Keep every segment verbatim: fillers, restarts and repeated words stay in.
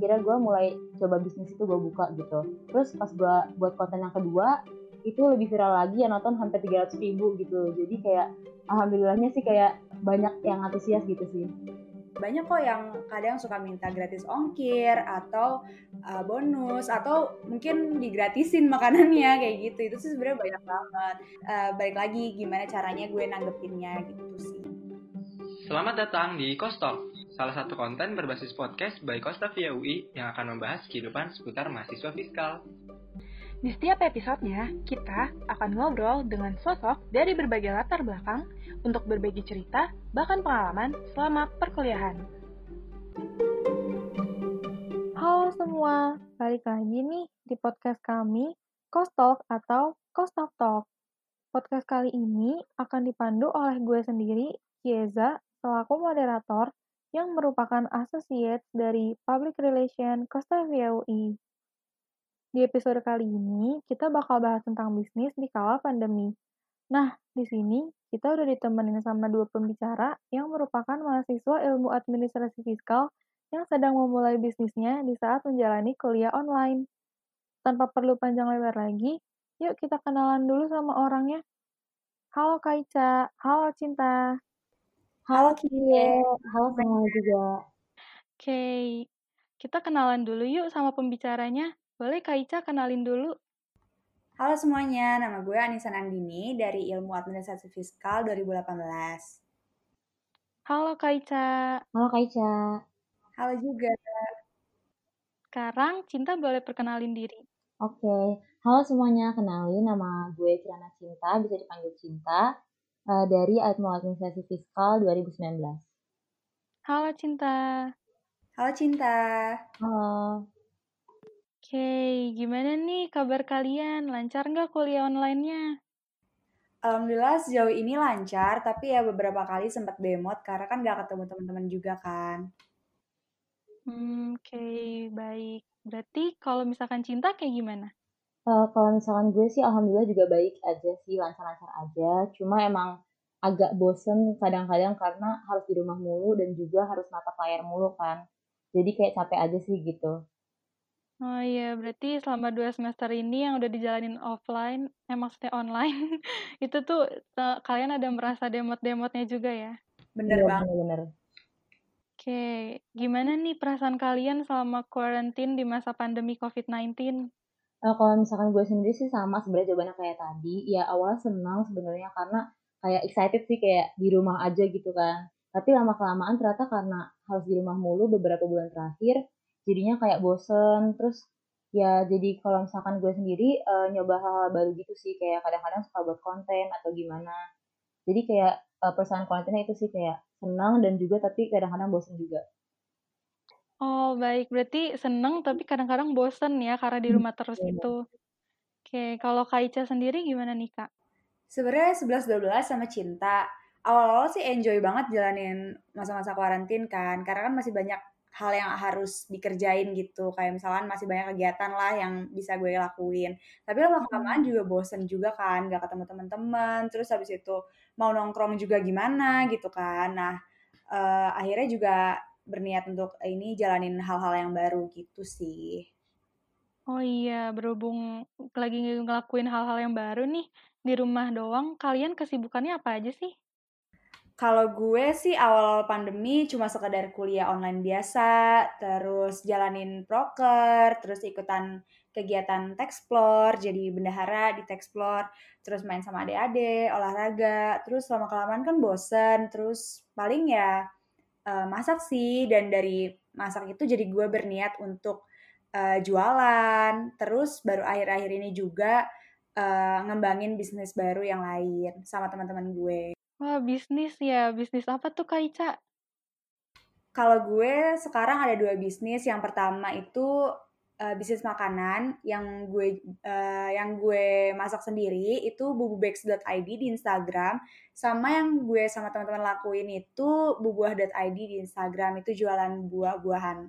akhirnya gue mulai coba bisnis itu gue buka gitu. Terus pas gue buat konten yang kedua itu lebih viral lagi, yang nonton hampir tiga ratus ribu gitu. Jadi kayak alhamdulillahnya sih kayak banyak yang antusias gitu sih. Banyak kok yang kadang suka minta gratis ongkir atau uh, bonus atau mungkin digratisin makanannya kayak gitu. Itu sih sebenarnya banyak banget. Uh, balik lagi gimana caranya gue nanggepinnya gitu sih. Selamat datang di Kostalk, salah satu konten berbasis podcast by Kosta via U I yang akan membahas kehidupan seputar mahasiswa fiskal. Di setiap episodenya, kita akan ngobrol dengan sosok dari berbagai latar belakang untuk berbagi cerita, bahkan pengalaman selama perkuliahan. Halo semua, balik lagi nih di podcast kami, Kostalk atau Kostalk Talk. Podcast kali ini akan dipandu oleh gue sendiri, Kieza, selaku moderator yang merupakan associate dari Public Relation Kosta via U I. Di episode kali ini, kita bakal bahas tentang bisnis di kala pandemi. Nah, di sini kita udah ditemenin sama dua pembicara yang merupakan mahasiswa ilmu administrasi fiskal yang sedang memulai bisnisnya di saat menjalani kuliah online. Tanpa perlu panjang lebar lagi, yuk kita kenalan dulu sama orangnya. Halo Kak Ica, halo Cinta. Halo Kie, halo semuanya juga. Oke, kita kenalan dulu yuk sama pembicaranya. Boleh Kak Ica kenalin dulu? Halo semuanya, nama gue Anissa Nandini dari Ilmu Administrasi Fiskal dua ribu delapan belas. Halo Kak Ica. Halo Kak Ica. Halo juga. Sekarang Cinta boleh perkenalin diri. Oke, halo semuanya, kenalin nama gue Kirana Cinta, bisa dipanggil Cinta, uh, dari Ilmu Administrasi Fiskal dua ribu sembilan belas. Halo Cinta. Halo Cinta. Halo. Oke, gimana nih kabar kalian? Lancar nggak kuliah online-nya? Alhamdulillah sejauh ini lancar, tapi ya beberapa kali sempat demot karena kan nggak ketemu teman-teman juga kan. Hmm, oke, okay, baik. Berarti kalau misalkan Cinta kayak gimana? Uh, kalau misalkan gue sih alhamdulillah juga baik aja sih, lancar-lancar aja. Cuma emang agak bosen kadang-kadang karena harus di rumah mulu dan juga harus natap layar mulu kan. Jadi kayak capek aja sih gitu. Oh iya, berarti selama dua semester ini yang udah dijalanin offline, eh maksudnya online, itu tuh uh, kalian ada merasa demot-demotnya juga ya? Bener iya, banget. Bener-bener. Oke, gimana nih perasaan kalian selama quarantine di masa pandemi covid sembilan belas? Uh, kalau misalkan gue sendiri sih sama sebenarnya jawabannya kayak tadi. Ya awalnya senang sebenarnya karena kayak excited sih kayak di rumah aja gitu kan. Tapi lama-kelamaan ternyata karena harus di rumah mulu beberapa bulan terakhir, jadinya kayak bosen. Terus ya jadi kalau misalkan gue sendiri uh, nyoba hal-hal baru gitu sih. Kayak kadang-kadang suka buat konten atau gimana. Jadi kayak uh, perasaan kontennya itu sih kayak senang dan juga tapi kadang-kadang bosen juga. Oh baik, berarti seneng tapi kadang-kadang bosen ya karena di rumah terus Hmm. itu. Oke, kalau Kak Ica sendiri gimana nih Kak? Sebenarnya sebelas dua belas sama Cinta. Awal-awal sih enjoy banget jalanin masa-masa karantin kan. Karena kan masih banyak hal yang harus dikerjain gitu. Kayak misalkan masih banyak kegiatan lah yang bisa gue lakuin. Tapi lama-kelamaan juga bosen juga kan. Gak ketemu teman-teman. Terus habis itu mau nongkrong juga gimana gitu kan. Nah uh, akhirnya juga berniat untuk ini jalanin hal-hal yang baru gitu sih. Oh iya, berhubung lagi ngelakuin hal-hal yang baru nih, di rumah doang, kalian kesibukannya apa aja sih? Kalau gue sih awal pandemi cuma sekedar kuliah online biasa, terus jalanin proker, terus ikutan kegiatan Techsplore, jadi bendahara di Techsplore, terus main sama adik-adik, olahraga, terus lama-kelamaan kan bosen, terus paling ya uh, masak sih, dan dari masak itu jadi gue berniat untuk uh, jualan, terus baru akhir-akhir ini juga uh, ngembangin bisnis baru yang lain sama teman-teman gue. Wah, bisnis ya. Bisnis apa tuh, Kak Ica? Kalau gue sekarang ada dua bisnis. Yang pertama itu uh, bisnis makanan yang gue uh, yang gue masak sendiri itu bububex dot i d di Instagram, sama yang gue sama teman-teman lakuin itu bubuah dot i d di Instagram, itu jualan buah-buahan.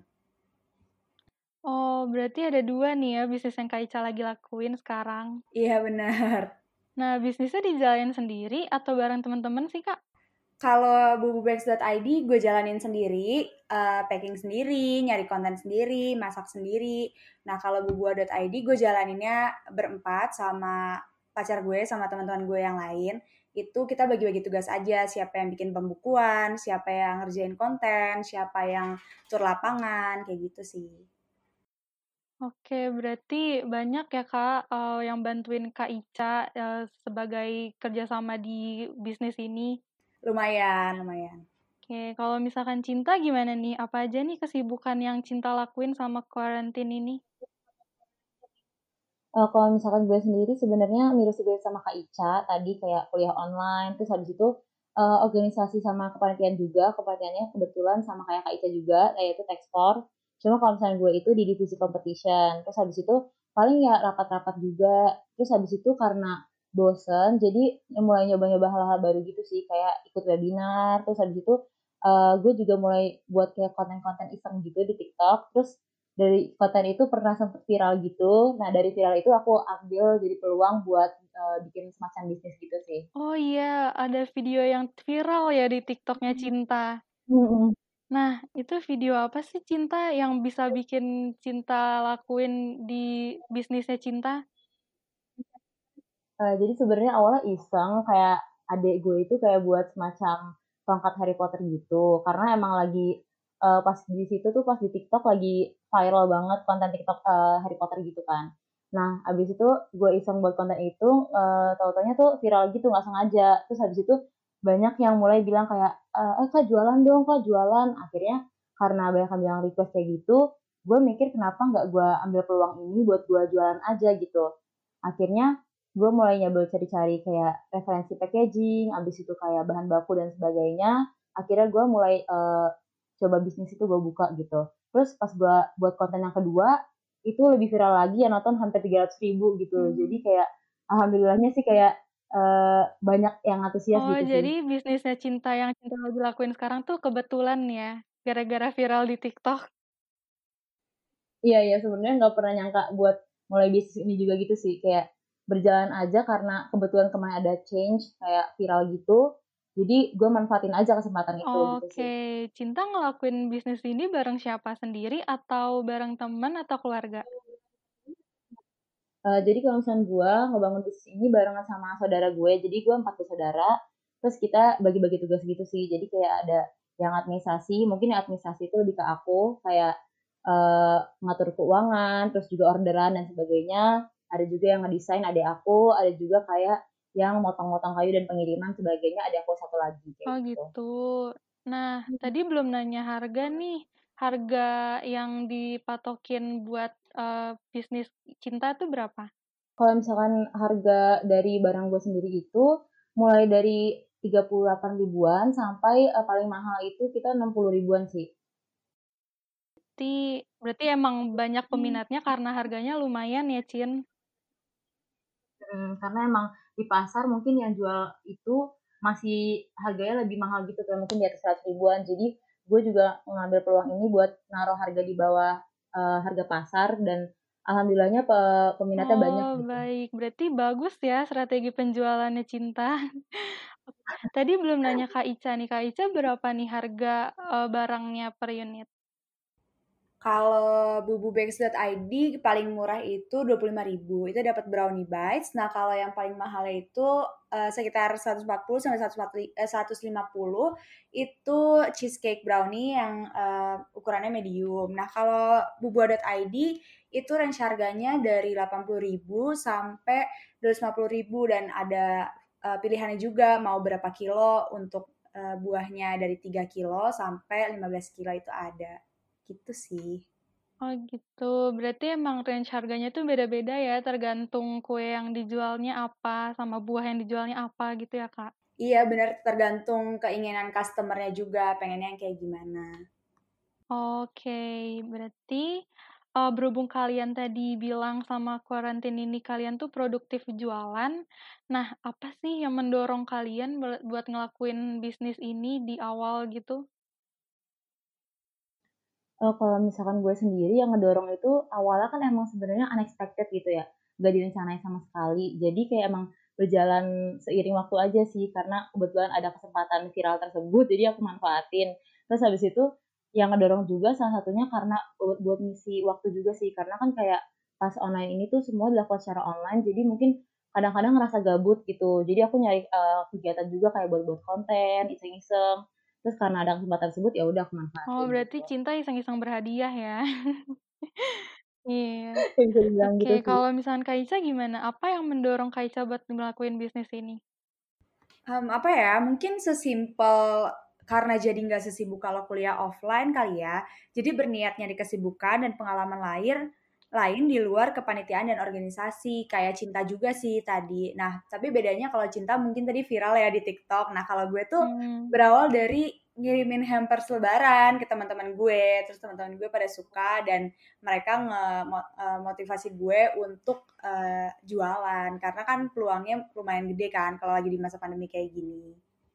Oh, berarti ada dua nih ya bisnis yang Kak Ica lagi lakuin sekarang. Iya benar. Nah, bisnisnya dijalanin sendiri atau bareng teman-teman sih, Kak? Kalau bububags dot i d gue jalanin sendiri, uh, packing sendiri, nyari konten sendiri, masak sendiri. Nah kalau bubua dot i d gue jalaninnya berempat sama pacar gue sama teman-teman gue yang lain. Itu kita bagi-bagi tugas aja, siapa yang bikin pembukuan, siapa yang ngerjain konten, siapa yang tur lapangan, kayak gitu sih. Oke, berarti banyak ya Kak uh, yang bantuin Kak Ica uh, sebagai kerjasama di bisnis ini. Lumayan, lumayan. Oke, kalau misalkan Cinta gimana nih? Apa aja nih kesibukan yang Cinta lakuin sama karantin ini? Uh, kalau misalkan gue sendiri sebenarnya mirip-mirip sama Kak Ica tadi kayak kuliah online, terus habis itu uh, organisasi sama kepanitiaan juga, kepanitiaannya kebetulan sama kayak Kak Ica juga, yaitu Texpor. Cuma kalau misalnya gue itu di divisi competition, terus habis itu paling ya rapat-rapat juga, terus habis itu karena bosen, jadi mulai nyoba-nyoba hal-hal baru gitu sih, kayak ikut webinar, terus habis itu uh, gue juga mulai buat kayak konten-konten iseng gitu di TikTok, terus dari konten itu pernah sempat viral gitu. Nah, dari viral itu aku ambil jadi peluang buat uh, bikin semacam bisnis gitu sih. Oh iya, ada video yang viral ya di TikToknya Cinta. Mm-hmm. Nah, itu video apa sih Cinta yang bisa bikin Cinta lakuin di bisnisnya Cinta? Uh, jadi sebenarnya awalnya iseng kayak adik gue itu kayak buat semacam tongkat Harry Potter gitu. Karena emang lagi uh, pas di situ tuh pas di TikTok lagi viral banget konten TikTok uh, Harry Potter gitu kan. Nah, abis itu gue iseng buat konten itu, uh, tau-taunya tuh viral gitu nggak sengaja. Terus habis itu banyak yang mulai bilang kayak, eh kak jualan dong, kak jualan. Akhirnya karena banyak yang bilang request kayak gitu, gue mikir kenapa nggak gue ambil peluang ini buat gue jualan aja gitu. Akhirnya gue mulai nyoba cari-cari kayak referensi packaging, abis itu kayak bahan baku dan sebagainya. Akhirnya gue mulai uh, coba bisnis itu gue buka gitu. Terus pas gue buat konten yang kedua, itu lebih viral lagi ya nonton hampir tiga ratus ribu gitu. Hmm. Jadi kayak alhamdulillahnya sih kayak uh, banyak yang antusias Oh, gitu sih. jadi bisnisnya Cinta yang Cinta lagi lakuin sekarang tuh kebetulan ya, gara-gara viral di TikTok. Iya, iya sebenarnya nggak pernah nyangka buat mulai bisnis ini juga gitu sih. Kayak berjalan aja karena kebetulan kemarin ada change kayak viral gitu. Jadi gue manfaatin aja kesempatan itu Oke, gitu sih. Cinta ngelakuin bisnis ini bareng siapa sendiri atau bareng teman atau keluarga? Uh, jadi kalau misalnya gue ngebangun bisnis ini barengan sama saudara gue, jadi gue empat bersaudara, terus kita bagi-bagi tugas gitu sih. Jadi kayak ada yang administrasi, mungkin yang administrasi itu lebih ke aku, kayak uh, ngatur keuangan, terus juga orderan dan sebagainya. Ada juga yang ngedesain adik aku, ada juga kayak yang motong-motong kayu dan pengiriman sebagainya, ada aku satu lagi kayak Oh gitu. gitu. Nah, hmm. tadi belum nanya harga nih. Harga yang dipatokin buat uh, bisnis Cinta tuh berapa? Kalau misalkan harga dari barang gue sendiri itu mulai dari tiga puluh delapan ribuan sampai uh, paling mahal itu kita enam puluh ribuan sih. Berarti, berarti emang banyak peminatnya karena harganya lumayan ya, Cin? Hmm, karena emang di pasar mungkin yang jual itu masih harganya lebih mahal gitu kan, mungkin di atas seratus ribuan. Jadi gue juga mengambil peluang ini buat naruh harga di bawah uh, harga pasar dan alhamdulillahnya pe- peminatnya oh, banyak gitu. Baik, berarti bagus ya strategi penjualannya Cinta. Tadi belum nanya Kak Ica nih, Kak Ica berapa nih harga uh, barangnya per unit? Kalau bububags dot i d paling murah itu dua puluh lima ribu. Itu dapat brownie bites. Nah, kalau yang paling mahalnya itu uh, sekitar seratus empat puluh sampai seratus lima puluh itu cheesecake brownie yang uh, ukurannya medium. Nah, kalau bubua dot i d itu range harganya dari delapan puluh ribu sampai dua ratus lima puluh ribu dan ada uh, pilihannya juga mau berapa kilo untuk uh, buahnya dari tiga kilo sampai lima belas kilo itu ada. Gitu sih. Oh gitu, berarti emang range harganya tuh beda-beda ya, tergantung kue yang dijualnya apa, sama buah yang dijualnya apa gitu ya Kak? Iya benar, tergantung keinginan customernya juga, pengennya yang kayak gimana. Oke, berarti uh, berhubung kalian tadi bilang sama karantin ini kalian tuh produktif jualan, nah apa sih yang mendorong kalian buat ngelakuin bisnis ini di awal gitu? Uh, kalau misalkan gue sendiri yang ngedorong itu awalnya kan emang sebenarnya unexpected gitu ya, gak direncanain sama sekali. Jadi kayak emang berjalan seiring waktu aja sih, karena kebetulan ada kesempatan viral tersebut, jadi aku manfaatin. Terus habis itu yang ngedorong juga salah satunya karena buat buat ngisi waktu juga sih, karena kan kayak pas online ini tuh semua dilakukan secara online, jadi mungkin kadang-kadang ngerasa gabut gitu. Jadi aku nyari, eee, kegiatan juga kayak buat buat konten, iseng-iseng, terus karena ada kesempatan tersebut, ya udah aku Oh, manfaatin berarti gitu. cinta iseng-iseng berhadiah ya? Iya. Ya bisa dibilang Oke, gitu sih. kalau misalkan Kak Ica gimana? Apa yang mendorong Kak Ica buat ngelakuin bisnis ini? Mmm, apa ya, mungkin sesimpel karena jadi nggak sesibuk kalau kuliah offline kali ya, jadi berniat nyari kesibukan dan pengalaman lain lain di luar kepanitiaan dan organisasi, kayak cinta juga sih tadi. Nah, tapi bedanya kalau cinta mungkin tadi viral ya di TikTok. Nah, kalau gue tuh Hmm. berawal dari ngirimin hampers lebaran ke teman-teman gue, terus teman-teman gue pada suka dan mereka nge eee, motivasi gue untuk, eee, jualan karena kan peluangnya lumayan gede kan kalau lagi di masa pandemi kayak gini.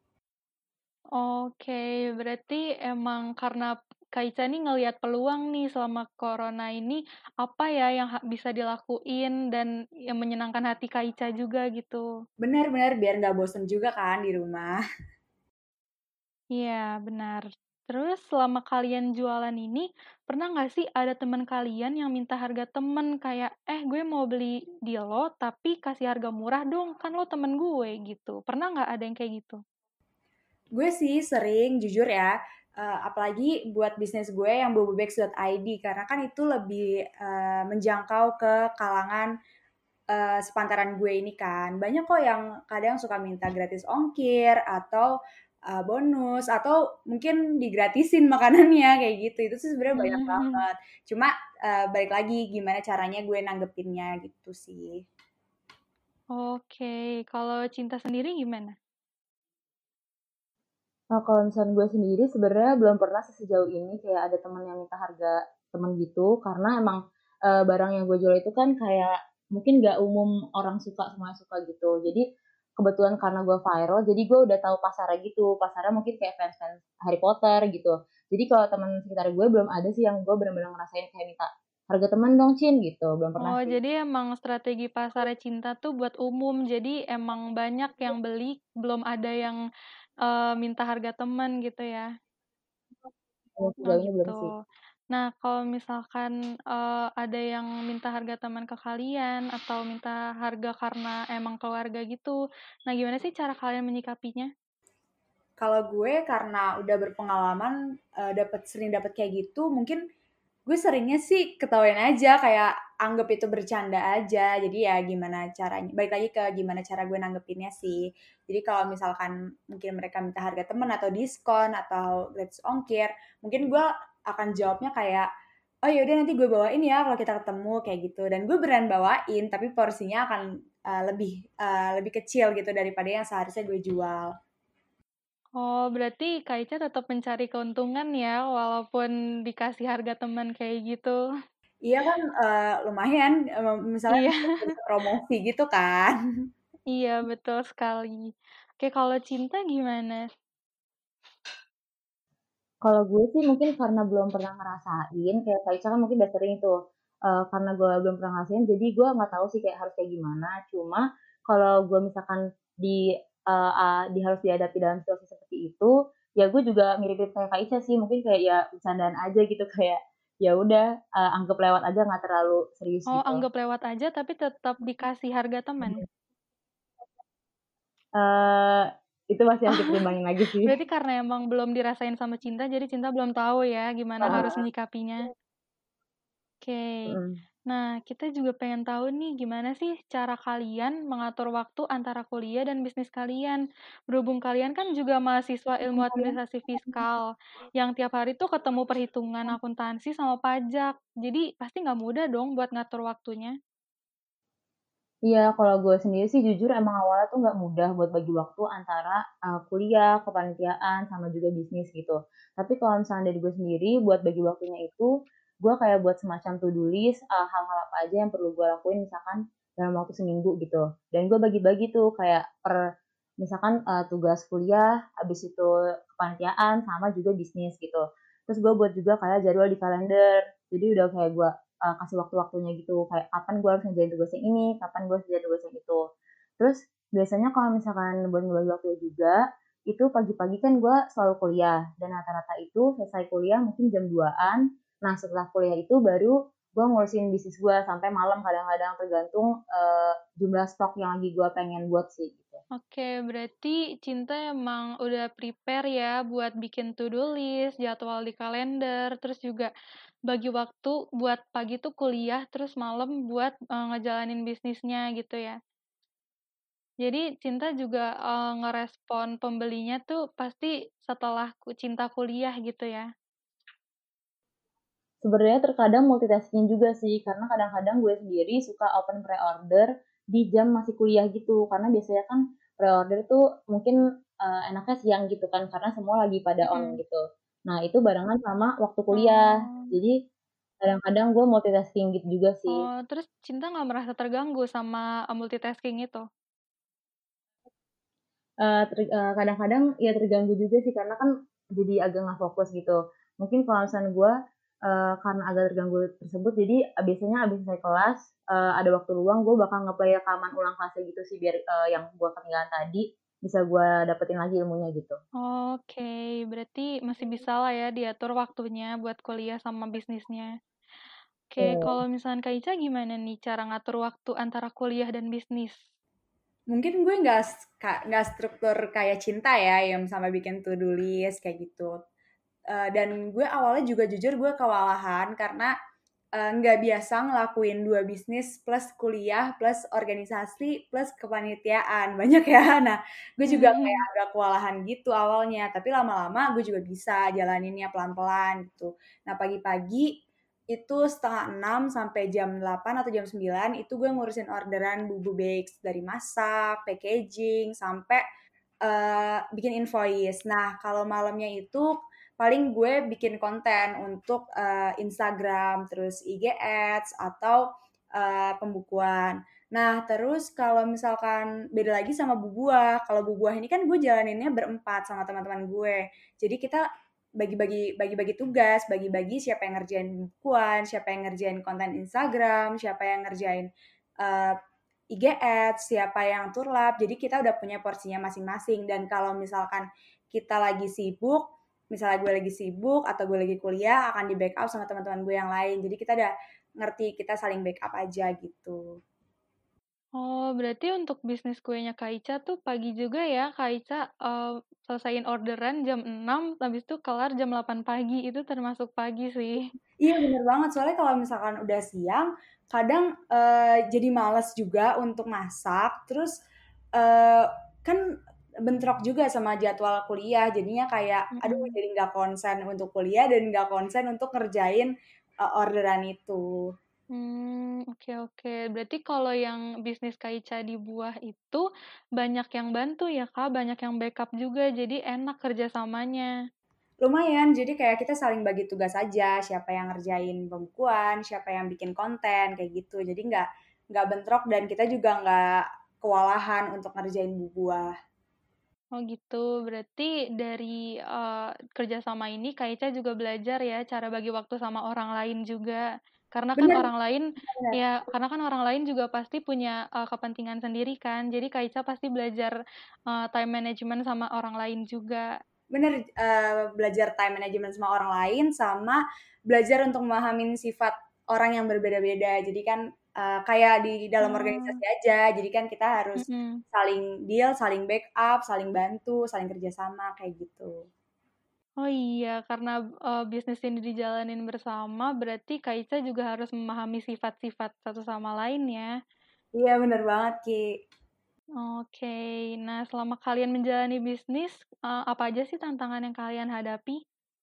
Oke, berarti emang karena Kak Ica nih ngelihat peluang nih selama corona ini, apa ya yang ha bisa dilakuin dan yang menyenangkan hati Kak Ica juga gitu? Bener bener, biar nggak bosen juga kan di rumah. Iya, benar. Terus selama kalian jualan ini, pernah nggak sih ada teman kalian yang minta harga temen kayak, "Eh, gue mau beli di lo, tapi kasih harga murah dong, kan lo temen gue," gitu. Pernah nggak ada yang kayak gitu? Gue sih sering jujur ya, eee, apalagi buat bisnis gue yang bobodex dot i d karena kan itu lebih, eee, menjangkau ke kalangan, eee, sepantaran gue ini kan. Banyak kok yang kadang suka minta gratis ongkir atau, eee, bonus atau mungkin digratisin makanannya kayak gitu. Itu sih sebenarnya banyak Mmm, banget. Cuma, eee, balik lagi gimana caranya gue nanggepinnya gitu sih. oke. Kalau Cinta sendiri gimana? Nah, kalau misalnya gue sendiri sebenarnya belum pernah sih sejauh ini kayak ada temen yang minta harga temen gitu, karena emang, eee, barang yang gue jual itu kan kayak mungkin nggak umum orang suka semuanya suka gitu. Jadi kebetulan karena gue viral, jadi gue udah tahu pasarnya gitu, pasarnya mungkin kayak fans-fans Harry Potter gitu. Jadi kalau teman sekitar gue belum ada sih yang gue bener-bener ngerasain kayak minta, "Harga temen dong, Cin," gitu, belum pernah Oh, sih. jadi emang strategi pasarnya Cinta tuh buat umum, jadi emang banyak yang beli, belum ada yang, eee, minta harga teman gitu ya? Kalau Oh sejauh ini belum gitu. sih. Nah, kalau misalkan, eee, ada yang minta harga teman ke kalian atau minta harga karena emang keluarga gitu, nah gimana sih cara kalian menyikapinya? Kalau gue karena udah berpengalaman, eee, dapet sering dapet kayak gitu, mungkin gue seringnya sih ketawain aja, kayak anggap itu bercanda aja. Jadi ya gimana caranya balik lagi ke gimana cara gue nanggepinnya sih. Jadi kalau misalkan mungkin mereka minta harga temen atau diskon atau gratis ongkir, mungkin gue akan jawabnya kayak, "Oh ya udah nanti gue bawain ya kalau kita ketemu," kayak gitu. Dan gue beneran bawain, tapi porsinya akan, eee, lebih, eee, lebih kecil gitu daripada yang seharusnya gue jual. Oh, berarti Kak Ica tetap mencari keuntungan ya, walaupun dikasih harga teman kayak gitu? Iya kan, eee, lumayan, eee, misalnya Iya. dapat promosi gitu kan. Iya, betul sekali. Oke, kalau Cinta gimana? Kalau gue sih mungkin karena belum pernah ngerasain, kayak Kak Ica kan mungkin udah sering tuh, eee, karena gue belum pernah ngerasain, jadi gue nggak tahu sih kayak harus kayak gimana. Cuma kalau gue misalkan di, eee, a di harus dihadapi dalam situasi seperti itu, ya gue juga mirip-mirip kayak Kak Ica sih, mungkin kayak ya bercandaan aja gitu, kayak ya udah, eee, anggap lewat aja nggak terlalu serius Oh, gitu. anggap lewat aja tapi tetap dikasih harga teman? Eee, itu masih harus dipertimbangin lagi sih. Berarti karena emang belum dirasain sama Cinta, jadi Cinta belum tahu ya gimana harus Heeh, menyikapinya. Oke. mhm. Nah, kita juga pengen tahu nih gimana sih cara kalian mengatur waktu antara kuliah dan bisnis kalian. Berhubung kalian kan juga mahasiswa ilmu administrasi fiskal, yang tiap hari tuh ketemu perhitungan akuntansi sama pajak. Jadi pasti nggak mudah dong buat ngatur waktunya. Iya, kalau gue sendiri sih jujur emang awalnya tuh nggak mudah buat bagi waktu antara, eee, kuliah, kepanitiaan, sama juga bisnis gitu. Tapi kalau misalnya dari gue sendiri buat bagi waktunya itu, gue kayak buat semacam to do list, eee, hal-hal apa aja yang perlu gue lakuin misalkan dalam waktu seminggu gitu. Dan gue bagi-bagi tuh kayak per misalkan, eee, tugas kuliah, habis itu kepanitiaan, sama juga bisnis gitu. Terus gue buat juga kayak jadwal di kalender. Jadi udah kayak gue Eee, kasih waktu-waktunya gitu, kayak kapan gue harus ngerjain tugas yang ini, kapan gue harus ngerjain tugas yang itu. Terus biasanya kalau misalkan buat ngebagi waktu juga, itu pagi-pagi kan gue selalu kuliah, dan rata-rata itu selesai kuliah mungkin jam duaan. Nah setelah kuliah itu baru gue ngurusin bisnis gue sampai malam kadang-kadang, tergantung uh, jumlah stok yang lagi gue pengen buat sih gitu. Oke, berarti Cinta emang udah prepare ya buat bikin to-do list, jadwal di kalender, terus juga bagi waktu buat pagi tuh kuliah, terus malam buat uh, ngejalanin bisnisnya gitu ya. Jadi Cinta juga uh, ngerespon pembelinya tuh pasti setelah ku- Cinta kuliah gitu ya. Sebenarnya terkadang multitasking juga sih, karena kadang-kadang gue sendiri suka open pre-order di jam masih kuliah gitu, karena biasanya kan pre-order tuh mungkin uh, enaknya siang gitu kan, karena semua lagi pada on Mm-mm. gitu. Nah itu barengan sama waktu kuliah, Oh, jadi kadang-kadang gue multitasking gitu juga sih. oh, terus Cinta nggak merasa terganggu sama uh, multitasking itu? Uh, ter- uh, kadang-kadang ya terganggu juga sih, karena kan jadi agak nggak fokus gitu. Mungkin kalau misalnya gue uh, karena agak terganggu tersebut, jadi uh, biasanya abis selesai kelas uh, ada waktu luang, gue bakal ngeplay rekaman ulang kelasnya gitu sih, biar uh, yang gue ketinggalan tadi bisa gue dapetin lagi ilmunya gitu. Oke, berarti masih bisa lah ya diatur waktunya buat kuliah sama bisnisnya. Oke, Tuh. kalau misalnya Kak Ica gimana nih cara ngatur waktu antara kuliah dan bisnis? Mungkin gue nggak nggak struktur kayak Cinta ya, yang sampai bikin to-do list kayak gitu. Uh, dan gue awalnya juga jujur gue kewalahan karena uh, nggak biasa ngelakuin dua bisnis plus kuliah plus organisasi plus kepanitiaan banyak ya. Nah gue juga kayak Hmm. agak kewalahan gitu awalnya, tapi lama-lama gue juga bisa jalaninnya pelan-pelan gitu. Nah pagi-pagi itu setengah enam sampai jam delapan atau jam sembilan itu gue ngurusin orderan Bubu Bakes, dari masak, packaging, sampai uh, bikin invoice. Nah kalau malamnya itu paling gue bikin konten untuk uh, Instagram, terus I G Ads, atau uh, pembukuan. Nah, terus kalau misalkan beda lagi sama Bu Buah. Kalau Bu Buah ini kan gue jalaninnya berempat sama teman-teman gue. Jadi kita bagi-bagi bagi-bagi tugas, bagi-bagi siapa yang ngerjain pembukuan, siapa yang ngerjain konten Instagram, siapa yang ngerjain uh, I G Ads, siapa yang turlap. Jadi kita udah punya porsinya masing-masing. Dan kalau misalkan kita lagi sibuk, misalnya gue lagi sibuk atau gue lagi kuliah, akan di backup sama teman-teman gue yang lain. Jadi kita udah ngerti, kita saling backup aja gitu. Oh, berarti untuk bisnis kuenya Kak Ica tuh pagi juga ya, Kak Ica uh, selesaiin orderan jam enam, habis itu kelar jam delapan pagi, itu termasuk pagi sih. Iya bener banget, soalnya kalau misalkan udah siang, kadang uh, jadi males juga untuk masak, terus uh, kan bentrok juga sama jadwal kuliah, jadinya kayak, aduh Mm-mm. jadi nggak konsen untuk kuliah dan nggak konsen untuk ngerjain uh, orderan itu. Hmm, oke oke. Berarti kalau yang bisnis Kak Ica di buah itu banyak yang bantu ya Kak, banyak yang backup juga, jadi enak kerjasamanya. Lumayan, jadi kayak kita saling bagi tugas aja, siapa yang ngerjain pembukuan, siapa yang bikin konten, kayak gitu. Jadi nggak nggak bentrok dan kita juga nggak kewalahan untuk ngerjain buah. Oh gitu, berarti dari uh, kerjasama ini Kak Ica juga belajar ya cara bagi waktu sama orang lain juga. Karena kan Bener, orang lain, bener. ya karena kan orang lain juga pasti punya uh, kepentingan sendiri kan. Jadi Kak Ica pasti belajar uh, time management sama orang lain juga. Bener, uh, belajar time management sama orang lain, sama belajar untuk memahami sifat orang yang berbeda-beda. Jadi kan uh, kayak di dalam Hmm, organisasi aja, jadi kan kita harus mm-mm. saling deal, saling backup, saling bantu, saling kerjasama, kayak gitu. Oh iya, karena uh, bisnis ini dijalanin bersama, berarti Kak Ica juga harus memahami sifat-sifat satu sama lain ya. Iya, bener banget, Ki. Oke, nah selama kalian menjalani bisnis, uh, apa aja sih tantangan yang kalian hadapi?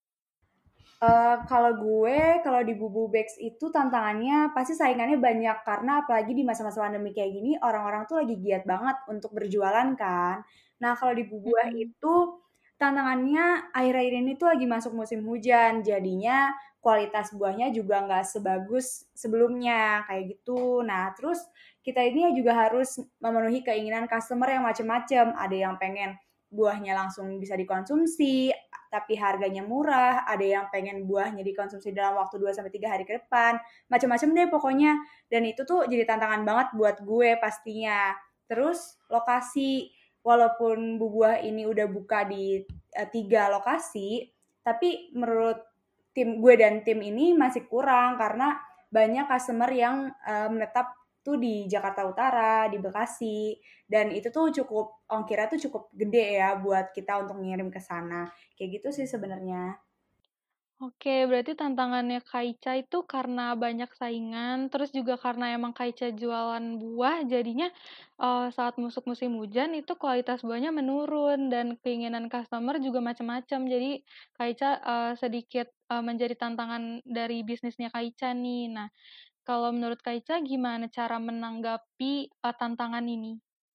Uh, kalau gue, kalau di Bubu Bakes itu tantangannya pasti saingannya banyak karena apalagi di masa-masa pandemi kayak gini orang-orang tuh lagi giat banget untuk berjualan kan. Nah kalau di Bubuah Mm-mm. itu tantangannya akhir-akhir ini tuh lagi masuk musim hujan, jadinya kualitas buahnya juga nggak sebagus sebelumnya kayak gitu. Nah terus kita ini juga harus memenuhi keinginan customer yang macem-macem. Ada yang pengen buahnya langsung bisa dikonsumsi, tapi harganya murah, ada yang pengen buahnya dikonsumsi dalam waktu dua sampai tiga hari ke depan, macam-macam deh pokoknya. Dan itu tuh jadi tantangan banget buat gue pastinya. Terus lokasi, walaupun Bu Buah ini udah buka di uh, tiga lokasi, tapi menurut tim gue dan tim ini masih kurang karena banyak customer yang uh, menetap tuh di Jakarta Utara, di Bekasi, dan itu tuh cukup ongkirnya tuh cukup gede ya buat kita untuk ngirim ke sana. Kayak gitu sih sebenarnya. Oke, berarti tantangannya Kaica itu karena banyak saingan, terus juga karena emang Kaica jualan buah, jadinya uh, saat masuk musim hujan itu kualitas buahnya menurun dan keinginan customer juga macam-macam. Jadi Kaica uh, sedikit uh, menjadi tantangan dari bisnisnya Kaica nih. Nah, kalau menurut Kaica gimana cara menanggapi uh, tantangan ini?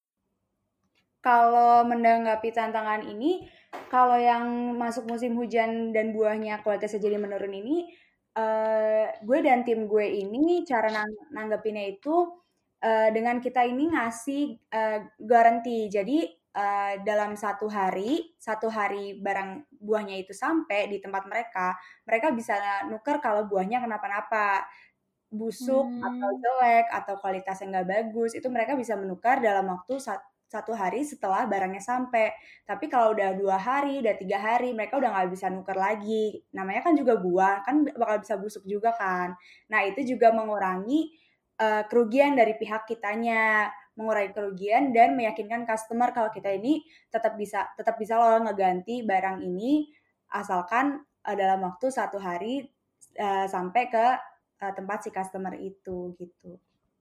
Kalau menanggapi tantangan ini, kalau yang masuk musim hujan dan buahnya kualitasnya jadi menurun ini, uh, gue dan tim gue ini cara nang- nanggepinnya itu uh, dengan kita ini ngasih uh, garansi. Jadi uh, dalam satu hari, satu hari barang buahnya itu sampai di tempat mereka, mereka bisa nuker kalau buahnya kenapa-napa, busuk atau Hmm. jelek atau kualitasnya nggak bagus, itu mereka bisa menukar dalam waktu sat- satu hari setelah barangnya sampai. Tapi kalau udah dua hari, udah tiga hari, mereka udah nggak bisa nuker lagi. Namanya kan juga buah, kan bakal bisa busuk juga kan. Nah itu juga mengurangi uh, kerugian dari pihak kitanya, mengurangi kerugian dan meyakinkan customer kalau kita ini tetap bisa tetap bisa loh ngeganti barang ini asalkan uh, dalam waktu satu hari uh, sampai ke uh, tempat si customer itu gitu.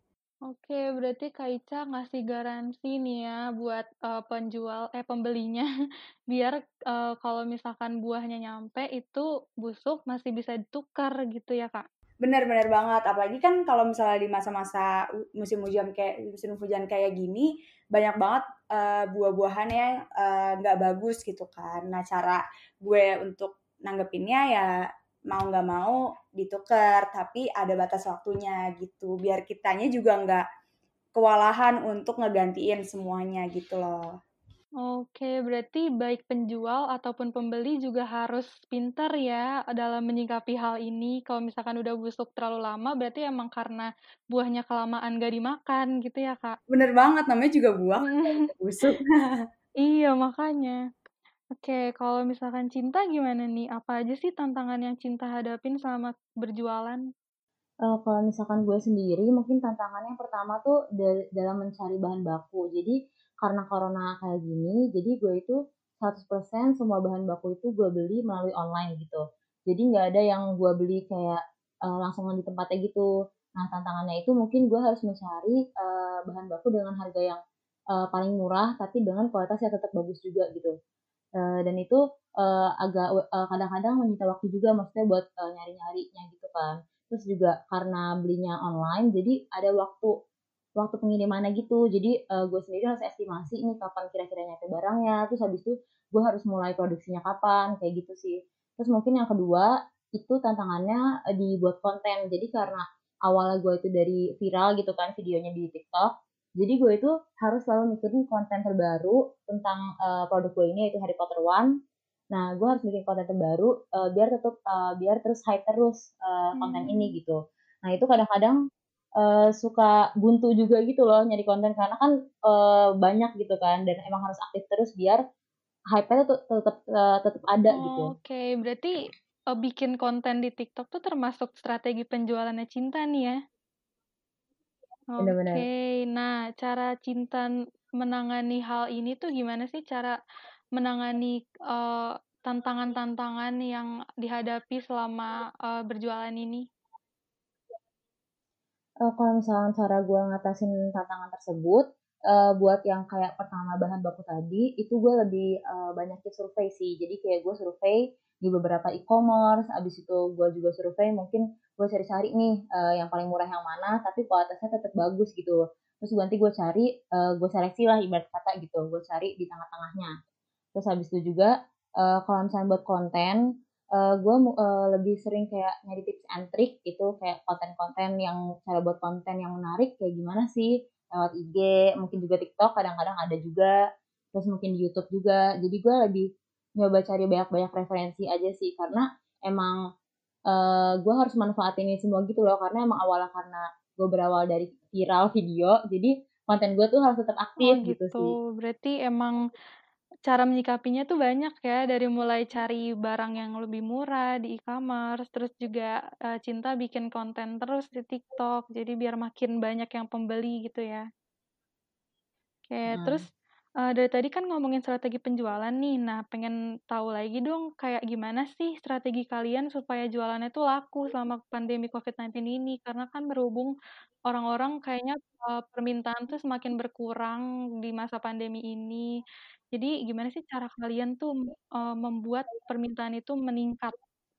Oke, berarti Kaica ngasih garansi nih ya buat uh, penjual eh pembelinya biar uh, kalau misalkan buahnya nyampe itu busuk masih bisa ditukar gitu ya, Kak. Benar-benar banget, apalagi kan kalau misalnya di masa-masa musim hujan kayak musim hujan kayak gini banyak banget uh, buah-buahan yang nggak uh, bagus gitu kan. Nah cara gue untuk nanggepinnya ya mau nggak mau ditukar, tapi ada batas waktunya gitu, biar kitanya juga nggak kewalahan untuk ngegantiin semuanya gitu loh. Oke, berarti baik penjual ataupun pembeli juga harus pintar ya dalam menyikapi hal ini. Kalau misalkan udah busuk terlalu lama, berarti emang karena buahnya kelamaan gak dimakan gitu ya, Kak? Bener banget, namanya juga buah kan nggak bisa busuk. Iya, makanya. Oke, kalau misalkan cinta gimana nih? Apa aja sih tantangan yang Cinta hadapin selama berjualan? Eee, kalau misalkan gue sendiri mungkin tantangannya yang pertama tuh da dalam mencari bahan baku. Jadi karena corona kayak gini, jadi gue itu seratus persen semua bahan baku itu gue beli melalui online gitu. Jadi nggak ada yang gue beli kayak, eee, langsungan di tempatnya gitu. Nah tantangannya itu mungkin gue harus mencari, eee, bahan baku dengan harga yang, eee, paling murah tapi dengan kualitas yang tetap bagus juga gitu. Eee, dan itu, eee, agak we eee, kadang-kadang menyita waktu juga maksudnya buat, eee, nyari-nyarinya gitu kan. Terus juga karena belinya online jadi ada waktu waktu pengirimannya gitu. Jadi, eee, gue sendiri harus estimasi nih kapan kira-kira nyampe barangnya, terus habis itu gue harus mulai produksinya kapan, kayak gitu sih. Terus mungkin yang kedua, itu tantangannya, eee, dibuat konten. Jadi karena awalnya gue itu dari viral gitu kan videonya di TikTok, jadi gue itu harus selalu mikirin konten terbaru tentang, eee, produk gue ini yaitu Harry Potter One. Nah, gue harus bikin konten terbaru, eee, biar tetep, eee, biar terus hype terus, eee, konten ini Hmm. gitu. Nah, itu kadang-kadang, eee, suka buntu juga gitu loh nyari konten karena kan, eee, banyak gitu kan dan emang harus aktif terus biar hype-nya tuh tetep, eee, tetep ada gitu. Oke, berarti eh, bikin konten di TikTok tuh termasuk strategi penjualannya Cinta nih ya? Bener-bener. Oke, nah cara Cinta n- menangani hal ini tuh gimana sih cara menangani eh, tantangan-tantangan yang dihadapi selama eh, berjualan ini? Eee, kalau misalnya cara gue ngatasin tantangan tersebut, eee, buat yang kayak pertama bahan baku tadi, itu gue lebih, eee, banyakin survei sih. Jadi kayak gue survei di beberapa e-commerce, abis itu gue juga survei mungkin gue cari-cari nih, eee, yang paling murah yang mana, tapi kualitasnya tetap bagus gitu. Terus nanti gue cari, eee, gue seleksi lah ibarat kata gitu, gue cari di tengah-tengahnya. Terus habis itu juga, eee, kalau misalnya buat konten, eee, gue mu eee, lebih sering kayak nyari tips and trick gitu, kayak konten-konten yang cara buat konten yang menarik kayak gimana sih, lewat I G, mungkin juga TikTok kadang-kadang ada juga, terus mungkin di YouTube juga. Jadi gue lebih nyoba cari banyak-banyak referensi aja sih, karena emang, eee, gue harus manfaatin ini semua gitu loh, karena emang awalnya karena gue berawal dari viral video, jadi konten gue tuh harus tetap Oh aktif gitu gitu, sih. berarti emang cara menyikapinya tuh banyak ya, dari mulai cari barang yang lebih murah di e-commerce, terus juga, eee, Cinta bikin konten terus di TikTok, jadi biar makin banyak yang pembeli gitu ya. Oke, terus, Mhm. eee, dari tadi kan ngomongin strategi penjualan nih. Nah, pengen tahu lagi dong, kayak gimana sih strategi kalian supaya jualannya tuh laku selama pandemi covid sembilan belas ini? Karena kan berhubung orang-orang kayaknya, eee, permintaan tuh semakin berkurang di masa pandemi ini. Jadi gimana sih cara kalian tuh, eee, membuat permintaan itu meningkat?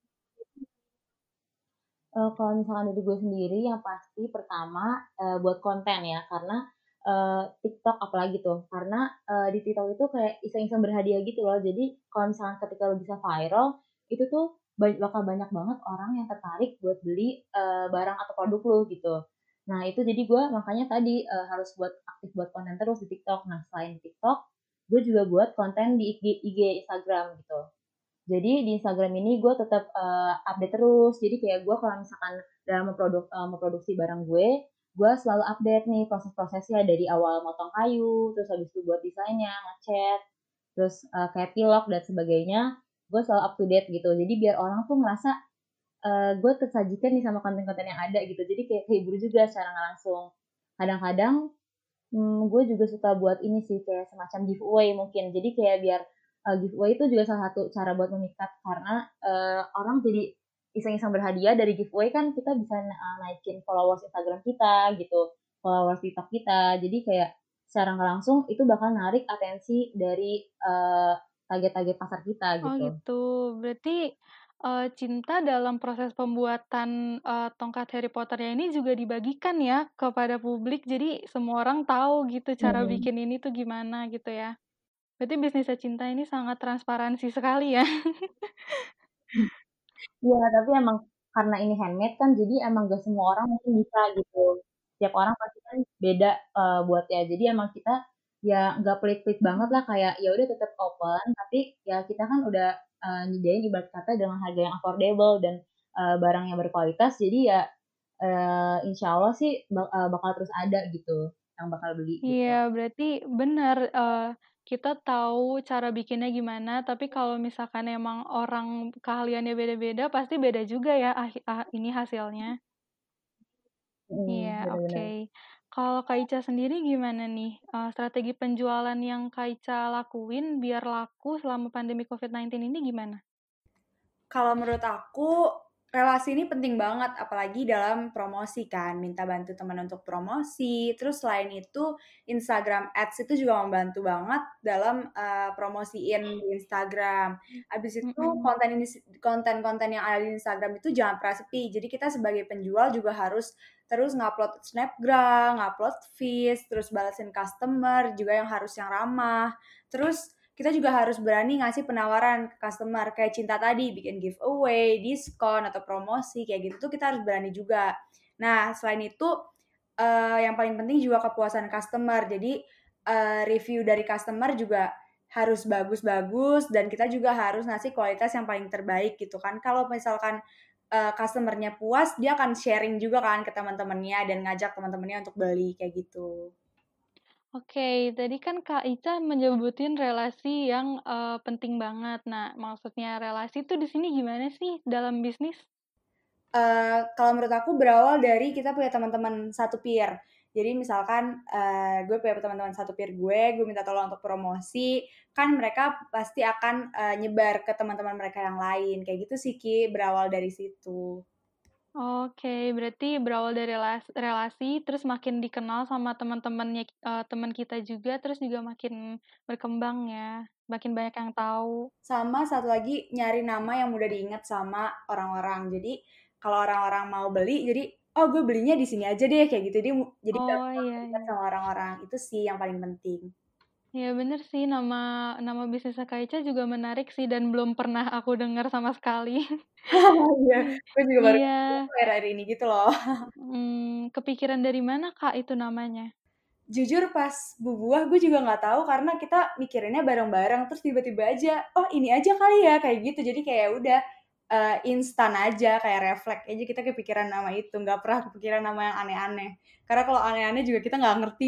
Eee, kalau misalkan dari gue sendiri yang pasti pertama, eee, buat konten ya karena, eee, TikTok apalagi tuh karena, eee, di TikTok itu kayak iseng-iseng berhadiah gitu loh. Jadi kalau misalkan ketika lo bisa viral, itu tuh ba bakal banyak banget orang yang tertarik buat beli, eee, barang atau produk lo gitu. Nah itu jadi gue makanya tadi, eee, harus buat aktif buat konten terus di TikTok. Nah selain TikTok, gue juga buat konten di I G I G Instagram gitu. Jadi di Instagram ini gue tetap, eee, update terus. Jadi kayak gue kalau misalkan dalam memproduk eee, memproduksi barang gue, gue selalu update nih proses-prosesnya dari awal motong kayu, terus habis itu buat desainnya, nge-cat, terus, eee, kayak pilok dan sebagainya, gue selalu up to date gitu. Jadi biar orang tuh ngerasa, eee, gue tersajikan nih sama konten-konten yang ada gitu. Jadi kayak kehibur juga secara nggak langsung. Kadang-kadang Mmm, gue juga suka buat ini sih, kayak semacam giveaway mungkin. Jadi kayak biar, eee, giveaway itu juga salah satu cara buat memikat karena, eee, orang jadi iseng-iseng berhadiah dari giveaway kan kita bisa, eee, naikin followers Instagram kita gitu, followers TikTok kita. Jadi kayak secara nggak langsung itu bakal narik atensi dari, eee, target-target pasar kita Oh gitu. gitu, berarti, eee, Cinta dalam proses pembuatan, eee, tongkat Harry Potter-nya ini juga dibagikan ya kepada publik, jadi semua orang tahu gitu cara Mhm. bikin ini tuh gimana gitu ya. Berarti bisnisnya Cinta ini sangat transparansi sekali ya? Iya, tapi emang karena ini handmade kan, jadi emang gak semua orang mungkin bisa gitu. Setiap orang pasti kan beda, eee, buatnya. Jadi emang kita ya nggak pelit-pelit banget lah, kayak ya udah tetap open, tapi ya kita kan udah, eee, nyediain ibarat kata dengan harga yang affordable dan, eee, barang yang berkualitas. Jadi ya, eee, insyaallah sih ba eee, bakal terus ada gitu, yang bakal beli Iya, gitu. berarti benar, eee, kita tahu cara bikinnya gimana, tapi kalau misalkan emang orang keahliannya beda-beda, pasti beda juga ya ahi ah ini hasilnya. Iya, Mhm, bener oke. bener. Kalau Kak Ica sendiri gimana nih, eee, strategi penjualan yang Kak Ica lakuin biar laku selama pandemi covid sembilan belas ini gimana? Kalau menurut aku, relasi ini penting banget, apalagi dalam promosi kan, minta bantu teman untuk promosi. Terus selain itu, Instagram Ads itu juga membantu banget dalam uh, promosiin di Instagram. Habis itu Mhm. konten ini konten-konten yang ada di Instagram itu jangan pernah sepi. Jadi kita sebagai penjual juga harus terus ngupload snapgram, ngupload feeds, terus balesin customer juga yang harus yang ramah. Terus kita juga harus berani ngasih penawaran ke customer kayak Cinta tadi bikin giveaway, diskon atau promosi kayak gitu tuh kita harus berani juga. Nah, selain itu uh, yang paling penting juga kepuasan customer. Jadi uh, review dari customer juga harus bagus-bagus dan kita juga harus ngasih kualitas yang paling terbaik gitu kan. Kalau misalkan uh, customernya puas, dia akan sharing juga kan ke teman-temannya dan ngajak teman-temannya untuk beli kayak gitu. Oke, tadi kan Kak Ica menyebutin relasi yang, eee, penting banget. Nah, maksudnya relasi tuh di sini gimana sih dalam bisnis? Uh, kalau menurut aku berawal dari kita punya teman-teman satu peer. Jadi misalkan uh, gue punya teman-teman satu peer gue, gue minta tolong untuk promosi, kan mereka pasti akan uh, nyebar ke teman-teman mereka yang lain. Kayak gitu sih Ki, berawal dari situ. Oke, berarti berawal dari relas relasi, terus makin dikenal sama teman-temannya, eee, teman kita juga, terus juga makin berkembang ya, makin banyak yang tahu. Sama satu lagi nyari nama yang mudah diingat sama orang-orang. Jadi kalau orang-orang mau beli, jadi oh gue belinya di sini aja deh kayak gitu. Jadi jadi Oh, gampang iya diingat iya. sama orang-orang. Itu sih yang paling penting. Iya bener sih, nama nama bisnisnya Kak Ica juga menarik sih dan belum pernah aku dengar sama sekali. Iya, gue juga baru Iya, akhir-akhir ini gitu loh. mmm, kepikiran dari mana Kak itu namanya? Jujur pas bubuah gue juga nggak tahu karena kita mikirinnya bareng-bareng terus tiba-tiba aja oh ini aja kali ya kayak gitu jadi kayak udah uh, instan aja kayak refleks aja kita kepikiran nama itu nggak pernah kepikiran nama yang aneh-aneh karena kalau aneh-aneh juga kita nggak ngerti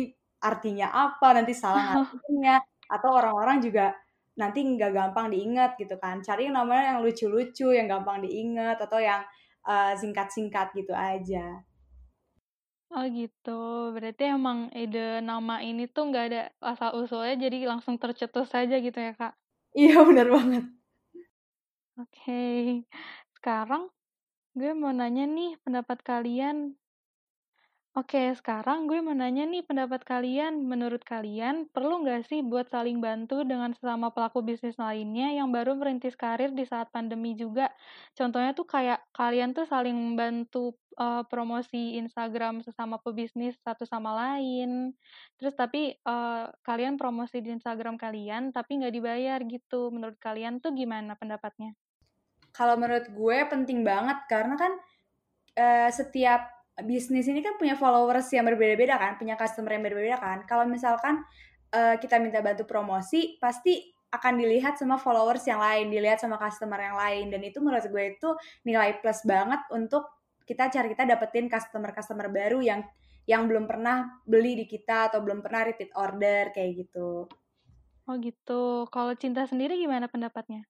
artinya apa, nanti salah ngartiinnya, atau orang-orang juga nanti nggak gampang diingat gitu kan. Cari yang namanya yang lucu-lucu, yang gampang diingat, atau yang uh, singkat-singkat gitu aja. Oh gitu, berarti emang ide nama ini tuh nggak ada asal-usulnya, jadi langsung tercetus saja gitu ya, Kak? Iya, benar banget. Oke, sekarang gue mau nanya nih pendapat kalian. Oke, sekarang gue mau nanya nih pendapat kalian. Menurut kalian, perlu nggak sih buat saling bantu dengan sesama pelaku bisnis lainnya yang baru merintis karir di saat pandemi juga? Contohnya tuh kayak kalian tuh saling membantu uh, promosi Instagram sesama pebisnis satu sama lain. Terus tapi uh, kalian promosi di Instagram kalian tapi nggak dibayar gitu. Menurut kalian tuh gimana pendapatnya? Kalau menurut gue penting banget karena kan uh, setiap bisnis ini kan punya followers yang berbeda-beda kan, punya customer yang berbeda-beda kan. Kalau misalkan uh, kita minta bantu promosi, pasti akan dilihat sama followers yang lain, dilihat sama customer yang lain. Dan itu menurut gue itu nilai plus banget untuk kita cari kita dapetin customer-customer baru yang yang belum pernah beli di kita atau belum pernah repeat order kayak gitu. Oh gitu. Kalau Cinta sendiri gimana pendapatnya?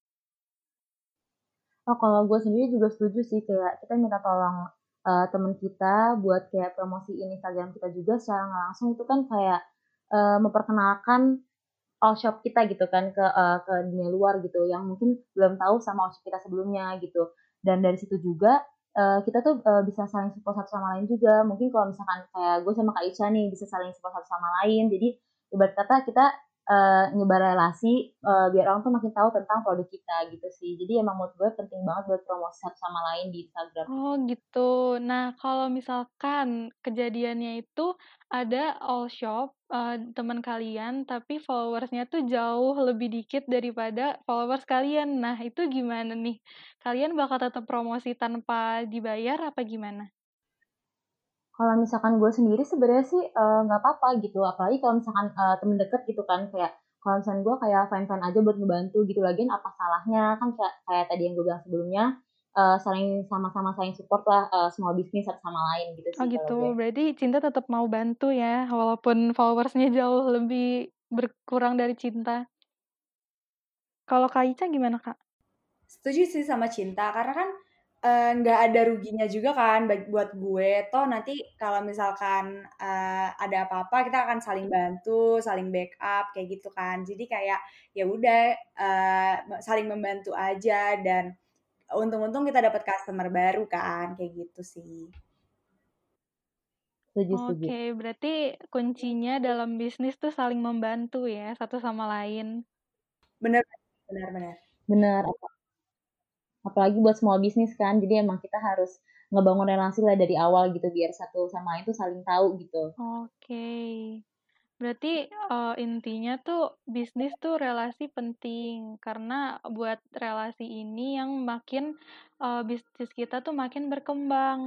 Oh, kalau gue sendiri juga setuju sih, kayak kita minta tolong uh, temen kita buat kayak promosiin Instagram kita juga secara nggak langsung, itu kan kayak uh, memperkenalkan all shop kita gitu kan ke uh, ke dunia luar gitu, yang mungkin belum tahu sama all shop kita sebelumnya gitu. Dan dari situ juga uh, kita tuh uh, bisa saling support satu sama lain juga. Mungkin kalau misalkan kayak gue sama Kak Ica nih bisa saling support satu sama lain, jadi ibarat kata kita uh, nyebar relasi uh, biar orang tuh makin tahu tentang produk kita gitu sih. Jadi emang menurut gue penting banget buat promosi satu sama lain di Instagram. Oh gitu. Nah, kalau misalkan kejadiannya itu ada all shop uh, teman kalian, tapi followersnya tuh jauh lebih dikit daripada followers kalian. Nah, itu gimana nih? Kalian bakal tetap promosi tanpa dibayar apa gimana? Kalau misalkan gue sendiri sebenarnya sih uh, nggak apa-apa gitu, apalagi kalau misalkan uh, temen deket gitu kan, kayak kalau misalkan gue kayak fine-fine aja buat ngebantu gitu, lagian apa salahnya kan, kayak, kayak tadi yang gue bilang sebelumnya, uh, saling sama-sama saling support lah, uh, small bisnis satu sama lain gitu Oh sih kalau gitu. gue. Berarti Cinta tetap mau bantu ya, walaupun followersnya jauh lebih berkurang dari Cinta. Kalau Kak Ica gimana, Kak? Setuju sih sama Cinta, karena kan eh, nggak uh, ada ruginya juga kan buat gue. Toh nanti kalau misalkan uh, ada apa-apa kita akan saling bantu, saling backup kayak gitu kan. Jadi kayak ya udah uh, saling membantu aja dan untung-untung kita dapat customer baru kan kayak gitu sih. Setuju, setuju. Oke, berarti kuncinya dalam bisnis tuh saling membantu ya, satu sama lain. Bener, benar, benar. Bener, apalagi buat small bisnis kan, jadi emang kita harus ngebangun relasi lah dari awal gitu, biar satu sama lain tuh saling tahu gitu. Oke, berarti uh, intinya tuh bisnis tuh relasi penting, karena buat relasi ini yang makin uh, bisnis kita tuh makin berkembang.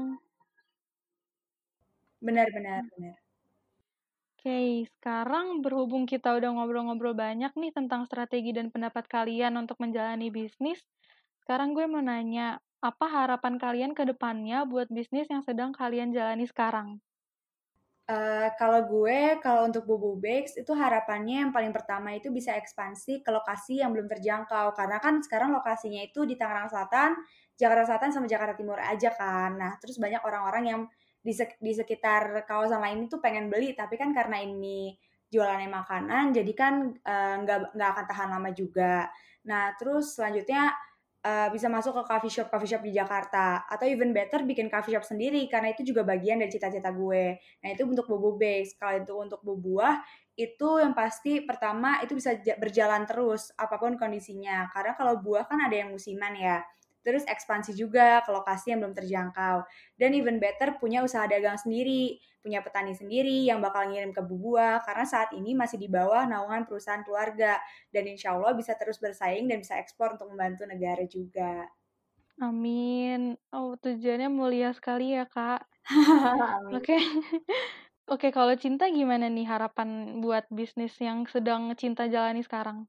Benar, benar, benar. Oke, sekarang berhubung kita udah ngobrol-ngobrol banyak nih tentang strategi dan pendapat kalian untuk menjalani bisnis, sekarang gue mau nanya, apa harapan kalian ke depannya buat bisnis yang sedang kalian jalani sekarang? Uh, kalau gue, kalau untuk Bobo Bakes itu harapannya yang paling pertama itu bisa ekspansi ke lokasi yang belum terjangkau. Karena kan sekarang lokasinya itu di Tangerang Selatan, Jakarta Selatan sama Jakarta Timur aja kan. Nah, terus banyak orang-orang yang di, sek- di sekitar kawasan lain itu pengen beli, tapi kan karena ini jualannya makanan, jadi kan uh, nggak nggak akan tahan lama juga. Nah, terus selanjutnya uh, bisa masuk ke coffee shop coffee shop di Jakarta atau even better bikin coffee shop sendiri karena itu juga bagian dari cita-cita gue. Nah, itu untuk bobo base. Kalau itu untuk buah itu yang pasti pertama itu bisa berjalan terus apapun kondisinya. Karena kalau buah kan ada yang musiman ya. Terus ekspansi juga ke lokasi yang belum terjangkau. Dan even better punya usaha dagang sendiri, punya petani sendiri yang bakal ngirim ke buah karena saat ini masih di bawah naungan perusahaan keluarga dan insya Allah bisa terus bersaing dan bisa ekspor untuk membantu negara juga. Amin. Oh, tujuannya mulia sekali ya, Kak. Amin. Oke. Oke, kalau Cinta gimana nih harapan buat bisnis yang sedang Cinta jalani sekarang?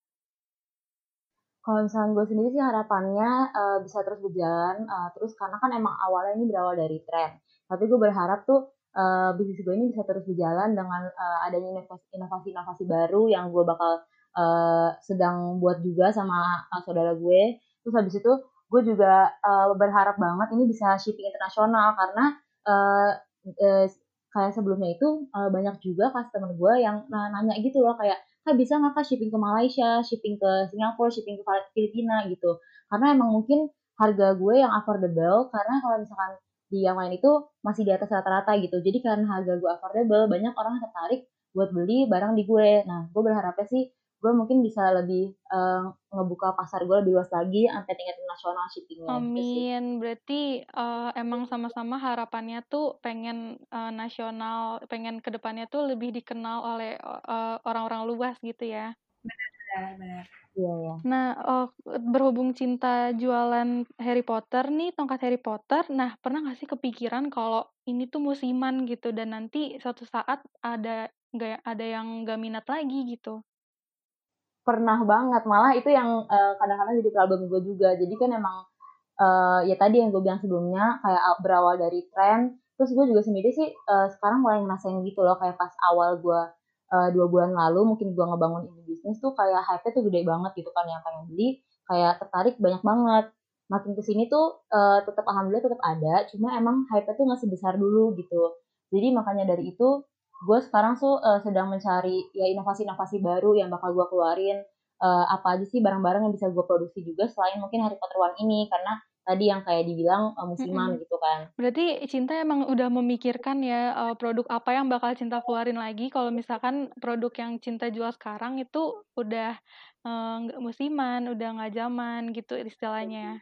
Kalau misalnya gue sendiri sih harapannya uh, bisa terus berjalan, uh, terus karena kan emang awalnya ini berawal dari tren. Tapi gue berharap tuh uh, bisnis gue ini bisa terus berjalan dengan uh, adanya inovasi-inovasi baru yang gue bakal uh, sedang buat juga sama uh, saudara gue. Terus habis itu gue juga uh, berharap banget ini bisa shipping internasional karena uh, uh, kayak sebelumnya itu uh, banyak juga customer gue yang nanya gitu loh kayak, Kak bisa nggak Kak shipping ke Malaysia, shipping ke Singapura, shipping ke Filipina gitu. Karena emang mungkin harga gue yang affordable, karena kalau misalkan di yang lain itu masih di atas rata-rata gitu. Jadi karena harga gue affordable, banyak orang tertarik buat beli barang di gue. Nah, gue berharapnya sih gue mungkin bisa lebih uh, ngebuka pasar gue lebih luas lagi sampai tingkat nasional shippingnya gitu sih. Amin. Berarti uh, emang sama-sama harapannya tuh pengen uh, nasional, pengen kedepannya tuh lebih dikenal oleh uh, orang-orang luas gitu ya. Benar, benar. Iya, ya. Nah, uh, berhubung cinta jualan Harry Potter nih, tongkat Harry Potter, nah pernah nggak sih kepikiran kalau ini tuh musiman gitu dan nanti suatu saat ada nggak ada yang nggak minat lagi gitu? Pernah banget, malah itu yang uh, kadang-kadang jadi problem gue juga. Jadi kan emang uh, ya tadi yang gue bilang sebelumnya kayak berawal dari tren, terus gue juga sendiri sih uh, sekarang mulai ngerasain gitu loh, kayak pas awal gue uh, dua bulan lalu mungkin gue ngebangun ini bisnis tuh kayak hype-nya tuh gede banget gitu kan, yang pengen beli kayak tertarik banyak banget. Makin kesini tuh uh, tetap alhamdulillah tetap ada, cuma emang hype-nya tuh nggak sebesar dulu gitu. Jadi makanya dari itu gue sekarang tuh uh, sedang mencari ya inovasi-inovasi baru yang bakal gue keluarin. Uh, apa aja sih barang-barang yang bisa gue produksi juga selain mungkin Harry Potter One ini, karena tadi yang kayak dibilang uh, musiman Mm-mm. gitu kan. Berarti Cinta emang udah memikirkan ya uh, produk apa yang bakal Cinta keluarin lagi kalau misalkan produk yang Cinta jual sekarang itu udah nggak uh, musiman, udah nggak zaman gitu istilahnya.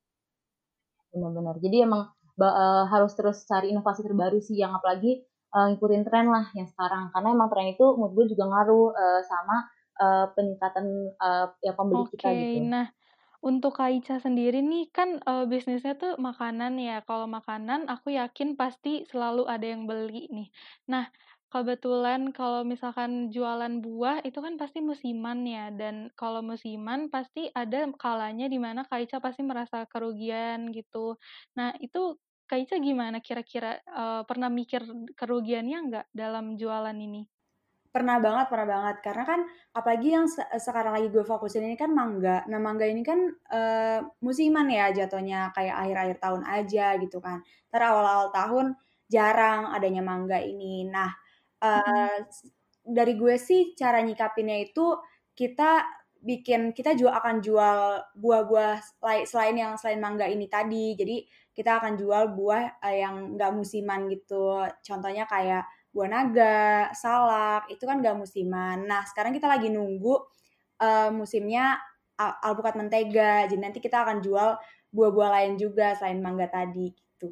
Benar-benar. Jadi emang uh, harus terus cari inovasi terbaru sih, yang apalagi uh, ngikutin tren lah yang sekarang. Karena emang tren itu menurut gue juga ngaruh uh, sama uh, peningkatan uh, ya pembeli Oke, kita gitu. nah untuk Kak Ica sendiri nih kan uh, bisnisnya tuh makanan ya. Kalau makanan aku yakin pasti selalu ada yang beli nih. Nah, kebetulan kalau misalkan jualan buah itu kan pasti musiman ya. Dan kalau musiman pasti ada kalanya di mana Kak Ica pasti merasa kerugian gitu. Nah, itu Kak Ica gimana kira-kira uh, pernah mikir kerugiannya nggak dalam jualan ini? Pernah banget, pernah banget. Karena kan apalagi yang se- sekarang lagi gue fokusin ini kan mangga. Nah, mangga ini kan uh, musiman ya jatuhnya, kayak akhir-akhir tahun aja gitu kan. Ntar awal-awal tahun jarang adanya mangga ini. Nah, uh, dari gue sih cara nyikapinnya itu kita bikin, kita juga akan jual buah-buah selain yang selain mangga ini tadi. Jadi kita akan jual buah uh, yang nggak musiman gitu. Contohnya kayak buah naga, salak, itu kan gak musiman. Nah, sekarang kita lagi nunggu uh, musimnya al- alpukat mentega. Jadi nanti kita akan jual buah-buah lain juga selain mangga tadi gitu.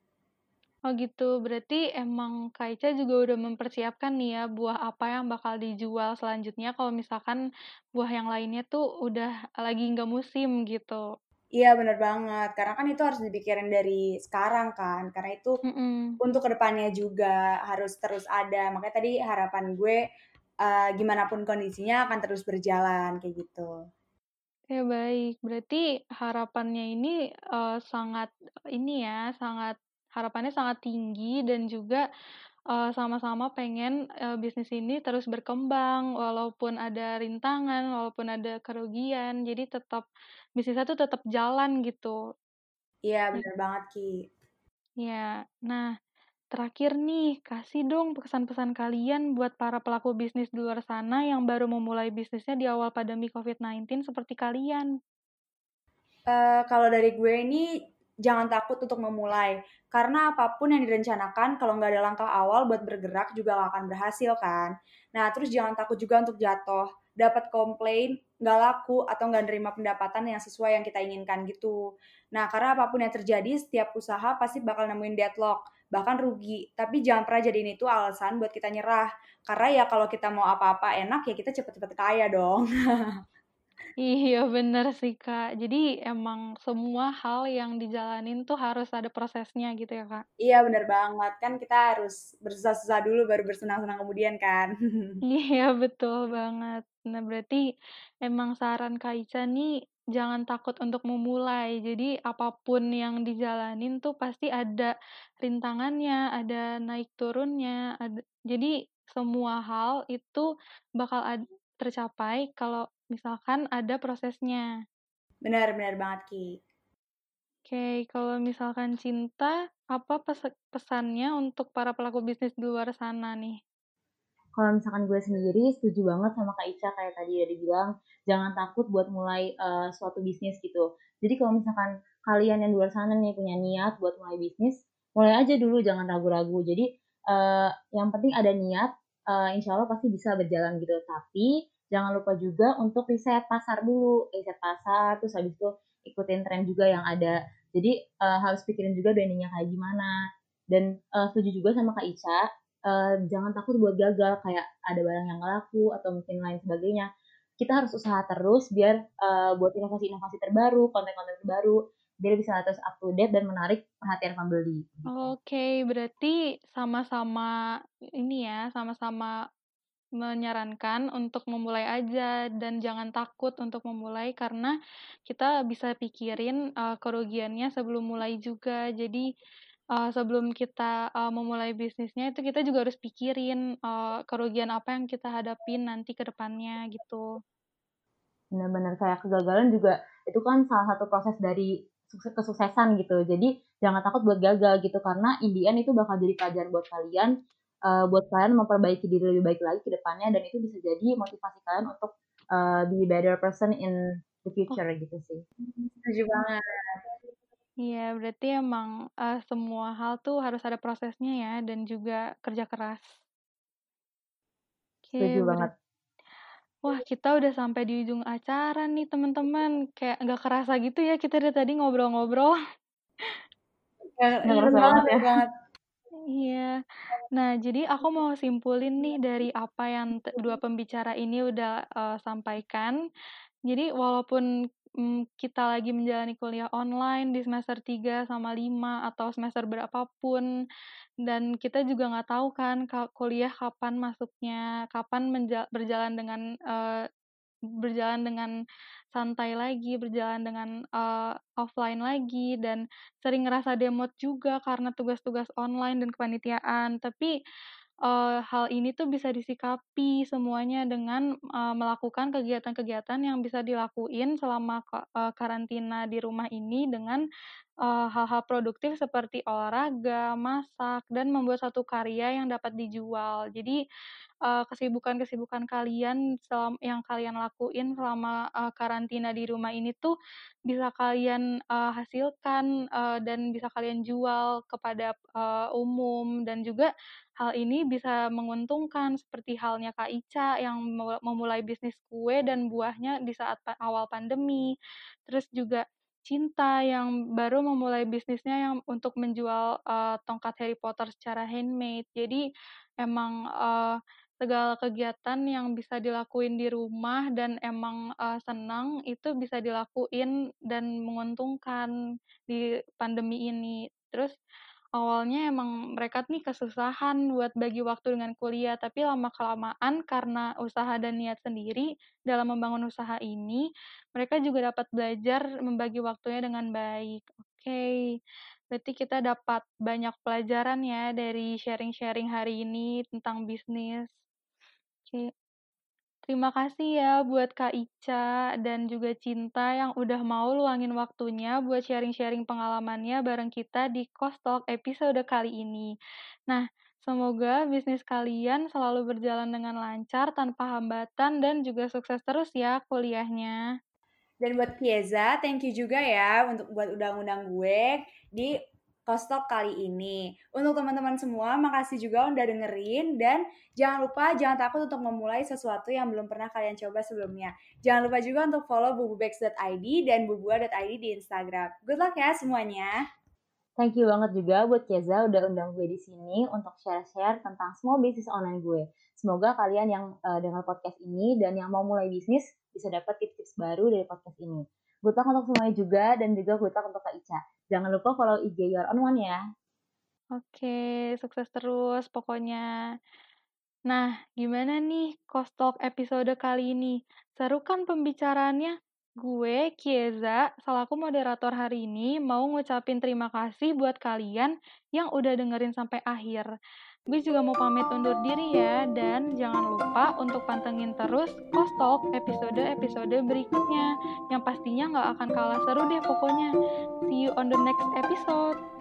Oh gitu, berarti emang Kak Ica juga udah mempersiapkan nih ya buah apa yang bakal dijual selanjutnya kalau misalkan buah yang lainnya tuh udah lagi nggak musim gitu. Iya bener banget, karena kan itu harus dipikirin dari sekarang kan, karena itu Mm-mm. untuk kedepannya juga harus terus ada. Makanya tadi harapan gue uh, gimana pun kondisinya akan terus berjalan kayak gitu. Ya baik, berarti harapannya ini eh, sangat ini ya, sangat harapannya sangat tinggi dan juga eh, sama-sama pengen eh, bisnis ini terus berkembang walaupun ada rintangan, walaupun ada kerugian, jadi tetap bisnisnya tuh tetap jalan gitu. Iya bener banget Ki. Ya, nah terakhir nih, kasih dong pesan-pesan kalian buat para pelaku bisnis di luar sana yang baru memulai bisnisnya di awal pandemi covid sembilan belas seperti kalian. Uh, kalau dari gue ini jangan takut untuk memulai karena apapun yang direncanakan kalau nggak ada langkah awal buat bergerak juga nggak akan berhasil kan. Nah terus jangan takut juga untuk jatuh, dapat komplain nggak laku atau nggak nerima pendapatan yang sesuai yang kita inginkan gitu. Nah karena apapun yang terjadi setiap usaha pasti bakal nemuin deadlock bahkan rugi, tapi jangan pernah jadiin itu alasan buat kita nyerah karena ya kalau kita mau apa-apa enak ya kita cepet-cepet kaya dong. Iya bener sih Kak, jadi emang semua hal yang dijalanin tuh harus ada prosesnya gitu ya Kak? Iya bener banget, kan kita harus bersusah-susah dulu baru bersenang-senang kemudian kan. Iya betul banget. Nah berarti emang saran Kak Ica nih jangan takut untuk memulai. Jadi apapun yang dijalanin tuh pasti ada rintangannya, ada naik turunnya, ada jadi semua hal itu bakal ad tercapai kalau misalkan ada prosesnya. Benar benar banget Ki. Oke, kalau misalkan cinta, apa pese pesannya untuk para pelaku bisnis di luar sana nih? Kalau misalkan gue sendiri setuju banget sama Kak Ica kayak tadi udah dibilang, jangan takut buat mulai uh, suatu bisnis gitu. Jadi kalau misalkan kalian yang di luar sana nih punya niat buat mulai bisnis, mulai aja dulu, jangan ragu-ragu. Jadi uh, yang penting ada niat, uh, insya Allah pasti bisa berjalan gitu. Tapi jangan lupa juga untuk riset pasar dulu, riset pasar, terus habis itu ikutin tren juga yang ada. Jadi uh, harus pikirin juga brandingnya kayak gimana. Dan uh, setuju juga sama Kak Ica, uh, jangan takut buat gagal kayak ada barang yang nggak laku atau mungkin lain sebagainya. Kita harus usaha terus biar uh, buat inovasi-inovasi terbaru, konten-konten terbaru, biar bisa terus up to date dan menarik perhatian pembeli. Oke, berarti sama-sama ini ya, sama-sama menyarankan untuk memulai aja dan jangan takut untuk memulai karena kita bisa pikirin uh, kerugiannya sebelum mulai juga. Jadi uh, sebelum kita uh, memulai bisnisnya itu kita juga harus pikirin uh, kerugian apa yang kita hadapin nanti ke depannya gitu. Benar-benar kayak kegagalan juga itu kan salah satu proses dari sukses kesuksesan gitu. Jadi jangan takut buat gagal gitu karena in the end itu bakal jadi pelajaran buat kalian, uh, buat kalian memperbaiki diri lebih baik lagi ke depannya dan itu bisa jadi motivasi kalian untuk uh, be better person in the Oh, future gitu sih. Setuju banget. iya, berarti emang uh, semua hal tuh harus ada prosesnya ya dan juga kerja keras. Oke, Setuju banget. berarti wah, kita udah sampai di ujung acara nih, teman-teman. Kayak nggak kerasa gitu ya, kita dari tadi ngobrol-ngobrol. Nggak Nggak iya kerasa bener banget banget ya. bener banget. Iya. Nah, jadi aku mau simpulin nih dari apa yang te- dua pembicara ini udah eh, sampaikan. Jadi walaupun mm, kita lagi menjalani kuliah online di semester tiga sama lima atau semester berapapun, dan kita juga nggak tahu kan ka- kuliah kapan masuknya, kapan menja- berjalan dengan eh, berjalan dengan santai lagi, berjalan dengan, eee, offline lagi, dan sering ngerasa demot juga karena tugas-tugas online dan kepanitiaan. Tapi, eee, hal ini tuh bisa disikapi semuanya dengan, eee, melakukan kegiatan-kegiatan yang bisa dilakuin selama ka eee, karantina di rumah ini dengan, eee, hal-hal produktif seperti olahraga, masak, dan membuat satu karya yang dapat dijual. Jadi, eee, kesibukan-kesibukan kalian selam yang kalian lakuin selama, eee, karantina di rumah ini tuh bisa kalian, eee, hasilkan, eee, dan bisa kalian jual kepada, eee, umum dan juga hal ini bisa menguntungkan seperti halnya Kak Ica yang me memulai bisnis kue dan buahnya di saat pa awal pandemi. Terus juga Cinta yang baru memulai bisnisnya yang untuk menjual, eee, tongkat Harry Potter secara handmade. Jadi emang, eee segala kegiatan yang bisa dilakuin di rumah dan emang, eee, senang itu bisa dilakuin dan menguntungkan di pandemi ini. Terus awalnya emang mereka nih kesusahan buat bagi waktu dengan kuliah, tapi lama-kelamaan karena usaha dan niat sendiri dalam membangun usaha ini, mereka juga dapat belajar membagi waktunya dengan baik. Oke, berarti kita dapat banyak pelajaran ya dari sharing-sharing hari ini tentang bisnis. Oke, terima kasih ya buat Kak Ica dan juga Cinta yang udah mau luangin waktunya buat sharing-sharing pengalamannya bareng kita di Cost Talk episode kali ini. Nah, semoga bisnis kalian selalu berjalan dengan lancar tanpa hambatan dan juga sukses terus ya kuliahnya. Dan buat Kieza, thank you juga ya untuk buat undang-undang gue di Kostok kali ini. Untuk teman-teman semua, makasih juga udah dengerin dan jangan lupa jangan takut untuk memulai sesuatu yang belum pernah kalian coba sebelumnya. Jangan lupa juga untuk follow bububex dot i d dan bubua dot i d di Instagram. Good luck ya semuanya. Thank you banget juga buat Keza udah undang gue di sini untuk share-share tentang small business online gue. Semoga kalian yang uh, dengar podcast ini dan yang mau mulai bisnis bisa dapat tips-tips baru dari podcast ini. Good luck untuk semuanya juga, dan juga good luck untuk Kak Ica. Jangan lupa follow I G Your On One ya. Oke, sukses terus pokoknya. Nah, gimana nih Kostalk episode kali ini? Seru kan pembicaraannya? Gue, Kieza, selaku moderator hari ini, mau ngucapin terima kasih buat kalian yang udah dengerin sampai akhir. Gue juga mau pamit undur diri ya, dan jangan lupa untuk pantengin terus Kostalk episode-episode berikutnya, yang pastinya nggak akan kalah seru deh pokoknya. See you on the next episode.